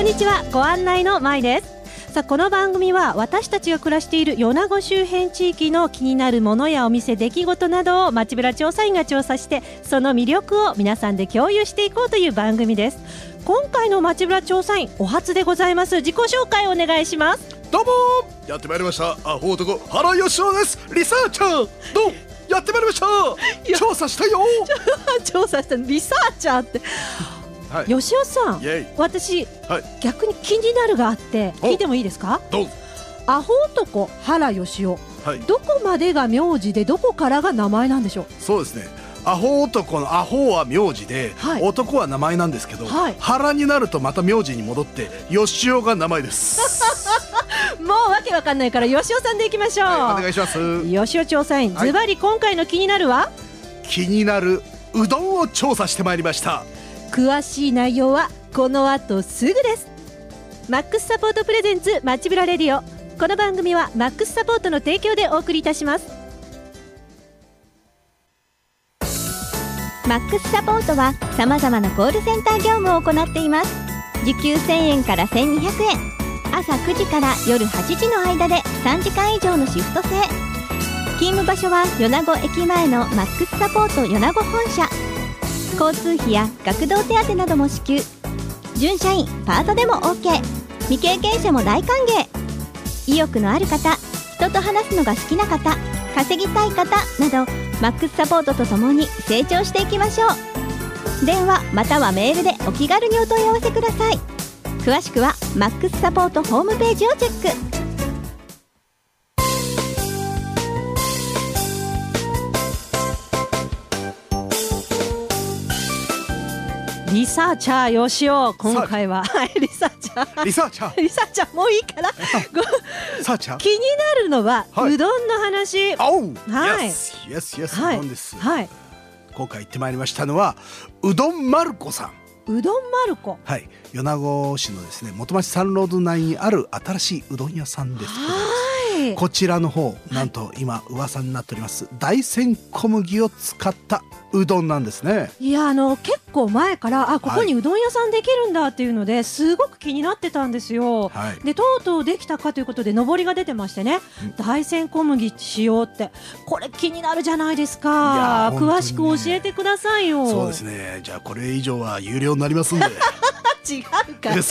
んにちは、ご案内のまいです。さあ、この番組は私たちが暮らしている米子周辺地域の気になるものやお店、出来事などを街ブラ調査員が調査して、その魅力を皆さんで共有していこうという番組です。今回の街ブラ調査員、お初でございます。自己紹介をお願いします。 どうもやってまいりました、アホ男原義雄です。リサーチャーどうやってまいりました。調査したよ調査したリサーチャーって、はい、吉尾さん、私、はい、逆に気になるがあって聞いてもいいですか。 どうぞ。 アホ男原義雄、 はい、 どこまでが名字でどこからが名前なんでしょう。 そうですね、アホ男のアホは名字で、はい、男は名前なんですけど、はい、原になるとまた名字に戻って義雄が名前ですもうわけわかんないから義雄さんでいきましょう、 はい、お願いします。 義雄調査員、ズバリ今回の気になるは、 気になるうどんを調査してまいりました。 詳しい内容はこの後すぐです。マックスサポートプレゼンツ街ブラレディオ。この番組はマックスサポートの提供でお送りいたします。 マックスサポートはさまざまなコールセンター業務を行っています。時給1000円から1200円、朝9時から夜8時の間で3時間以上のシフト制。勤務場所は米子駅前のマックスサポート米子本社。交通費や学童手当なども支給。準社員パートでも OK。 未経験者も大歓迎。意欲のある方、人と話すのが好きな方、稼ぎたい方など、マックスサポートとともに成長していきましょう。電話またはメールでお気軽にお問い合わせください。詳しくはマックスサポートホームページをチェック。 リサーチャー義雄、今回はリサーチャーもういいから気になるのは、はい、うどんの話。 はい、うどんです、はい、今回行ってまいりましたのはうどんまる子さん。 うどんまる子、 はい、米子市のですね、元町サンロード内にある新しいうどん屋さんですけど、こちらの方、なんと今噂になっております、大山小麦を使ったうどんなんですね。 いや、結構前からここにうどん屋さんできるんだっていうのですごく気になってたんですよ、はい、でとうとうできたかということで上りが出てましてね、大山小麦使用って、これ気になるじゃないですか。詳しく教えてくださいよ。 そうですね、じゃあこれ以上は有料になりますんで違うか。プリ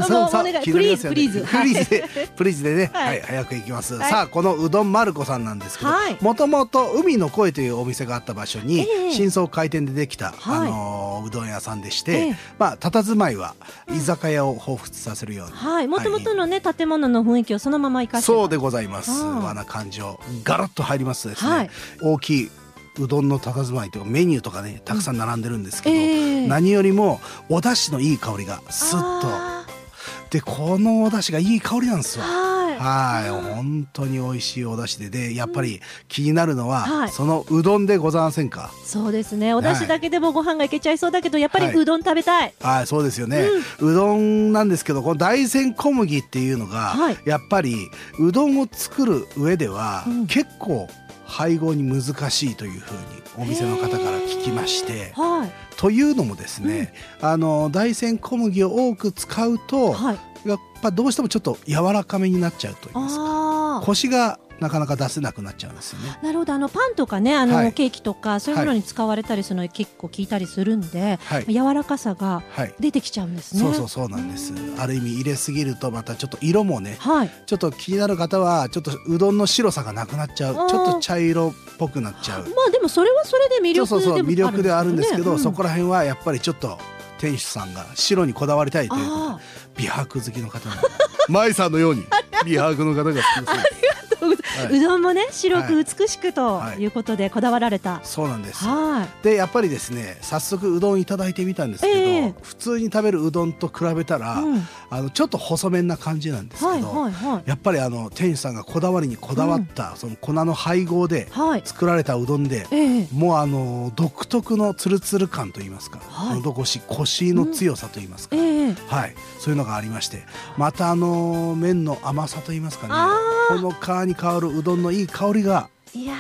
ーズでね、はい、早く行きます、はい、さあ、このうどんまる子さんなんですけど、もともと海の声というお店があった場所に、新装開店でできた、うどん屋さんでして、佇まいは居酒屋を彷彿させるような、 もともとのね、建物の雰囲気をそのまま生かして、 そうでございます。和な感じをガラッと入りますとですね、大きいうどんの佇まいというかメニューとかね、たくさん並んでるんですけど、何よりもお出汁のいい香りがスッとで、このお出汁がいい香りなんですよ。はい、本当に美味しいお出汁で、やっぱり気になるのは、そのうどんでございませんか。 そうですね、お出汁だけでもご飯がいけちゃいそうだけど、やっぱりうどん食べたい。 はい、そうですよね、うどんなんですけど、この大山小麦っていうのが、やっぱりうどんを作る上では、結構配合に難しいというふうにお店の方から聞きまして、というのもですね、大山小麦を多く使うと、やっぱどうしてもちょっと柔らかめになっちゃうと言いますか、コシがなかなか出せなくなっちゃうんですよね。 なるほど、パンとかね、ケーキとかそういうものに使われたりするの結構効いたりするんで、柔らかさが出てきちゃうんですね。 そうなんです。ある意味入れすぎるとまたちょっと色もね、ちょっと気になる方はちょっとうどんの白さがなくなっちゃう、ちょっと茶色っぽくなっちゃう。 でもそれはそれで魅力でもあるんですよね。 魅力ではあるんですけど、そこら辺はやっぱりちょっと店主さんが白にこだわりたいということで、美白好きの方が舞さんのように美白の方が好きです。 うどんもね、白く美しくということでこだわられた。 そうなんです。で、やっぱりですね、早速うどんいただいてみたんですけど、普通に食べるうどんと比べたら、ちょっと細麺な感じなんですけど、やっぱり店主さんがこだわりにこだわった、その粉の配合で作られたうどんで、もう独特のツルツル感といいますか、喉越し、コシの強さといいますか、そういうのがありまして、また麺の甘さといいますかね、この皮に香るうどんのいい香りが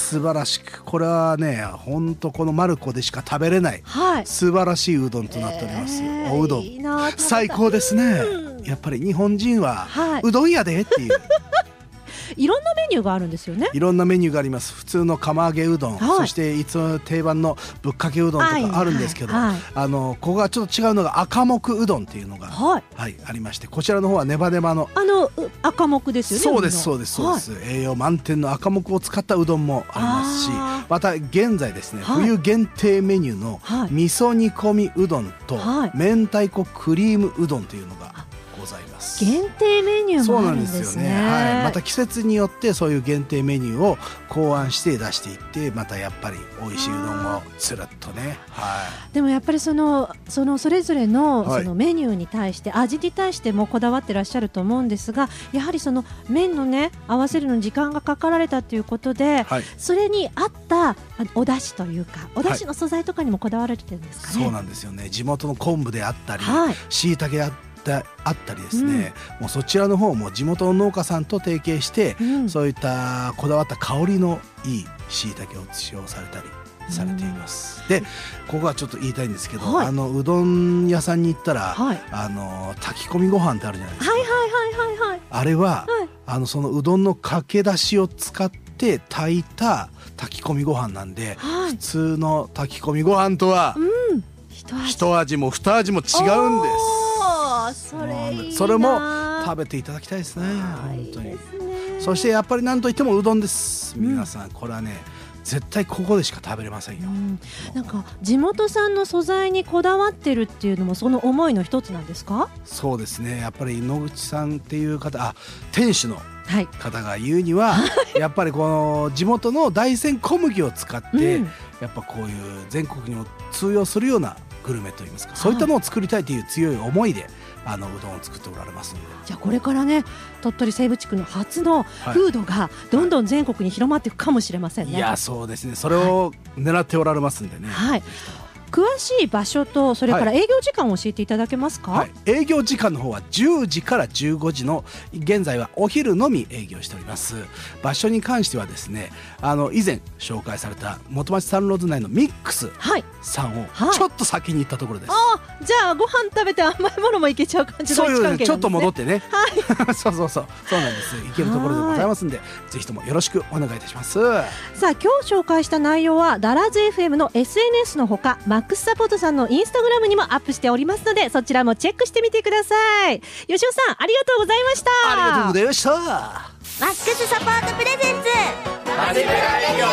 素晴らしく、これはね本当このマルコでしか食べれない、 はい、 素晴らしいうどんとなっております、おうどんいいな、 最高ですね、やっぱり日本人は、うどん屋でっていういろんなメニューがあるんですよね。 いろんなメニューがあります。普通の釜揚げうどん、そしていつも定番のぶっかけうどんとかあるんですけど、ここがちょっと違うのが赤木うどんっていうのが、ありまして、こちらの方はネバネバの赤木ですよね。 そうですそうですそうです、栄養満点の赤木を使ったうどんもありますし、また現在ですね、冬限定メニューの味噌煮込みうどんと明太子クリームうどんというのがございます。 限定メニューもあるんですね。 そうなんですよね、また季節によってそういう限定メニューを考案して出していって、またやっぱり美味しいうどんをつるっとね、 でもやっぱりそれぞれのそのメニューに対して味に対してもこだわってらっしゃると思うんですが、やはりその麺のね合わせるのに時間がかかられたということで、それに合ったお出汁というかお出汁の素材とかにもこだわられてるんですかね。 そうなんですよね。地元の昆布であったり、椎茸であったりですね、もうそちらの方も地元の農家さんと提携して、そういったこだわった香りのいい椎茸を使用されたりされています。でここはちょっと言いたいんですけど、うどん屋さんに行ったら、炊き込みご飯ってあるじゃないですか。あれは、そのうどんのかけだしを使って炊いた炊き込みご飯なんで、普通の炊き込みご飯とは、一味も二味も違うんです。それも食べていただきたいですね、本当に。そしてやっぱり何といってもうどんです、皆さん。これはね絶対ここでしか食べれませんよ、 なんか地元産の素材にこだわってるっていうのもその思いの一つなんですか？ そうですね、やっぱり野口さんっていう方、店主の方が言うには、やっぱりこの地元の大山小麦を使って、やっぱこういう全国にも通用するようなグルメといいますか、そういったのを作りたいという強い思いでうどんを作っておられますので、 じゃあこれからね鳥取西部地区の初のフードがどんどん全国に広まっていくかもしれませんね。 いやそうですね、それを狙っておられますんでね、 詳しい場所とそれから営業時間を教えていただけますか？ 営業時間の方は10時から15時の現在はお昼のみ営業しております。場所に関してはですね、以前紹介された元町サンローズ内のミックスさんをちょっと先に行ったところです。 じゃあご飯食べて甘いものもいけちゃう感じの位置関係なんですね。 ちょっと戻ってね、そうなんです。行けるところでございますんで、ぜひともよろしくお願いいたします。 さあ今日紹介した内容はダラズ FM の SNS のほかマックスサポートさんのインスタグラムにもアップしておりますので、そちらもチェックしてみてください。吉尾さんありがとうございました。 ありがとうございました。 マックスサポートプレゼンツマジメラレディ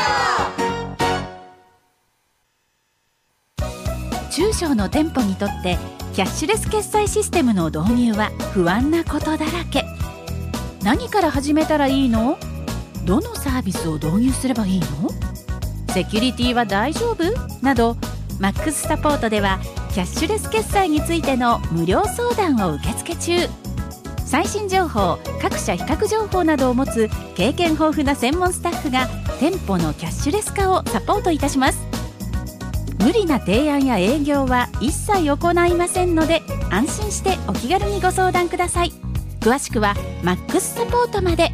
オ。中小の店舗にとってキャッシュレス決済システムの導入は不安なことだらけ。何から始めたらいいの？どのサービスを導入すればいいの？セキュリティは大丈夫？などマックスサポートではキャッシュレス決済についての無料相談を受付中。最新情報、各社比較情報などを持つ経験豊富な専門スタッフが店舗のキャッシュレス化をサポートいたします。無理な提案や営業は一切行いませんので、安心してお気軽にご相談ください。詳しくはマックスサポートまで。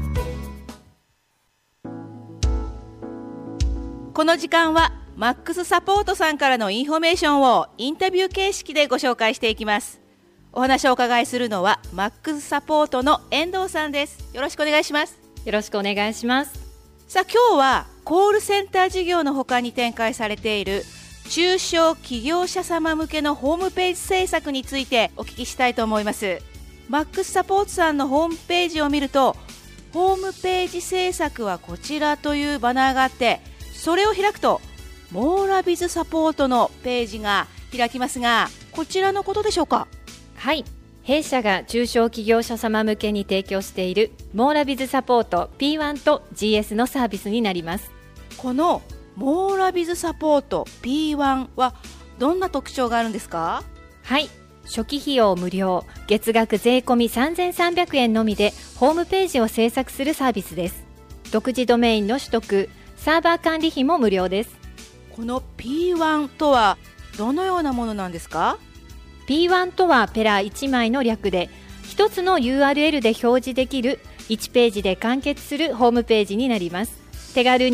この時間はマックスサポートさんからのインフォメーションをインタビュー形式でご紹介していきます。お話をお伺いするのはマックスサポートの遠藤さんです。よろしくお願いします。 よろしくお願いします。 さあ今日はコールセンター事業の他に展開されている中小企業者様向けのホームページ制作についてお聞きしたいと思います。マックスサポートさんのホームページを見ると、ホームページ制作はこちらというバナーがあって、それを開くとモーラビズサポートのページが開きますが、こちらのことでしょうか？ はい、弊社が中小企業者様向けに提供しているモーラビズサポート P1 と GS のサービスになります。 このモーラビズサポート P1 はどんな特徴があるんですか？ はい、初期費用無料、月額税込み3300円のみでホームページを制作するサービスです。独自ドメインの取得、サーバー管理費も無料です。 この P1 とはどのようなものなんですか？ P1 とはペラ1枚の略で、一つの URL で表示できる1ページで完結するホームページになります。手軽に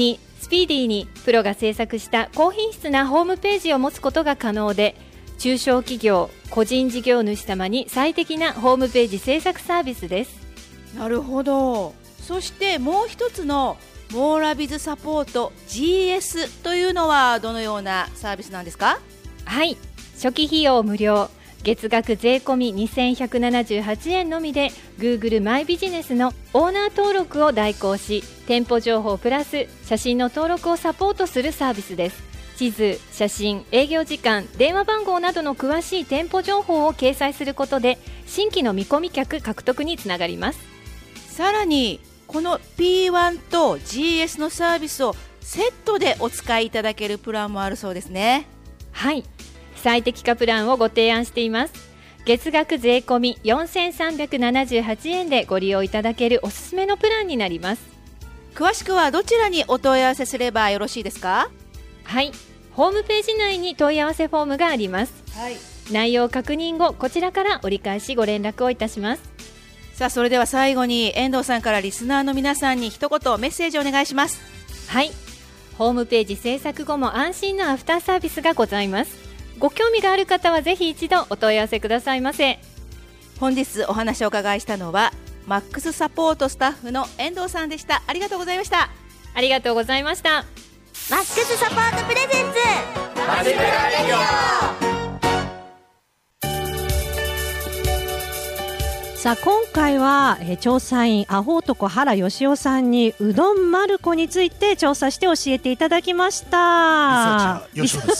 スピーディーにプロが制作した高品質なホームページを持つことが可能で、中小企業、個人事業主様に最適なホームページ制作サービスです。 なるほど。そしてもう一つのモーラビズサポート GS というのはどのようなサービスなんですか？ はい、初期費用無料、月額税込み2178円のみで Google マイビジネスのオーナー登録を代行し、店舗情報プラス写真の登録をサポートするサービスです。地図、写真、営業時間、電話番号などの詳しい店舗情報を掲載することで新規の見込み客獲得につながります。 さらにこの P1 と GS のサービスをセットでお使いいただけるプランもあるそうですね。 はい、最適化プランをご提案しています。月額税込み4378円でご利用いただけるおすすめのプランになります。 詳しくはどちらにお問い合わせすればよろしいですか？ はい、ホームページ内に問い合わせフォームがあります。内容確認後、こちらから折り返しご連絡をいたします。 さあ、それでは最後に遠藤さんからリスナーの皆さんに一言メッセージをお願いします。 はい、ホームページ制作後も安心のアフターサービスがございます。ご興味がある方はぜひ一度お問い合わせくださいませ。 本日お話をお伺いしたのはマックスサポートスタッフの遠藤さんでした。ありがとうございました。 ありがとうございました。 マックスサポートプレゼンツマジベラレディオ。 さあ今回は、調査員アホ男原義雄さんにうどんマルコについて調査して教えていただきました。 吉尾です、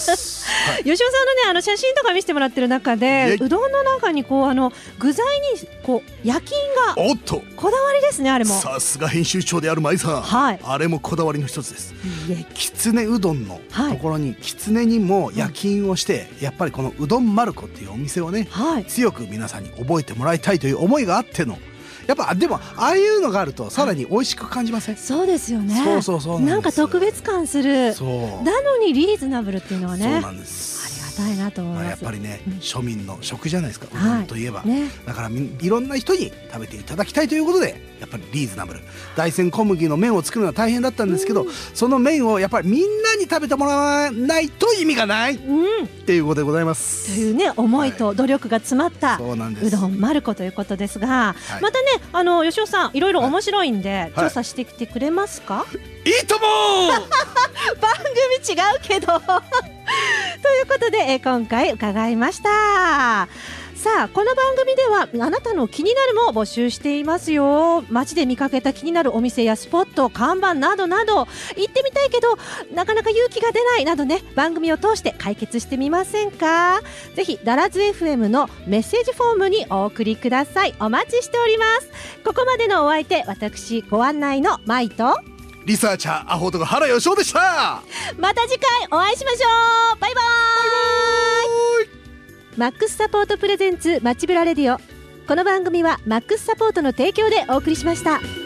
はい、 吉尾さんのね写真とか見せてもらってる中でうどんの中にこう具材にこう焼き印がおっとこだわりですね。あれもさすが編集長である舞さん、 はい、 あれもこだわりの一つです。きつねうどんのところに、きつねにも焼き印をして、やっぱりこのうどんマルコっていうお店をね、強く皆さんに覚えてもらいたいという思いがあっての、やっぱでもああいうのがあるとさらに美味しく感じません？ そうですよね。 そうなんか特別感する。なのにリーズナブルっていうのはね、 そうなんです。 ありがたいなと思います。 やっぱりね、庶民の食じゃないですか、うどんといえば、だからいろんな人に食べていただきたいということで、やっぱりリーズナブル、大山小麦の麺を作るのは大変だったんですけど、その麺をやっぱりみんなに食べてもらわないと意味がない、っていうことでございます。 というね思いと努力が詰まったそうなんです。 うどんマルコということですが、またね吉尾さんいろいろ面白いんで、調査してきてくれますか？ いいとも番組違うけどということで、今回伺いました。さあこの番組ではあなたの気になるも募集していますよ。街で見かけた気になるお店やスポット、看板などなど、行ってみたいけどなかなか勇気が出ないなどね、番組を通して解決してみませんか？ぜひダラズ FM のメッセージフォームにお送りください。お待ちしております。ここまでのお相手、私ご案内のマイとリサーチャーアホ男原義雄でした。 また次回お会いしましょう。バイバイ。マックスサポートプレゼンツ街ブラレディオ。この番組はマックスサポートの提供でお送りしました。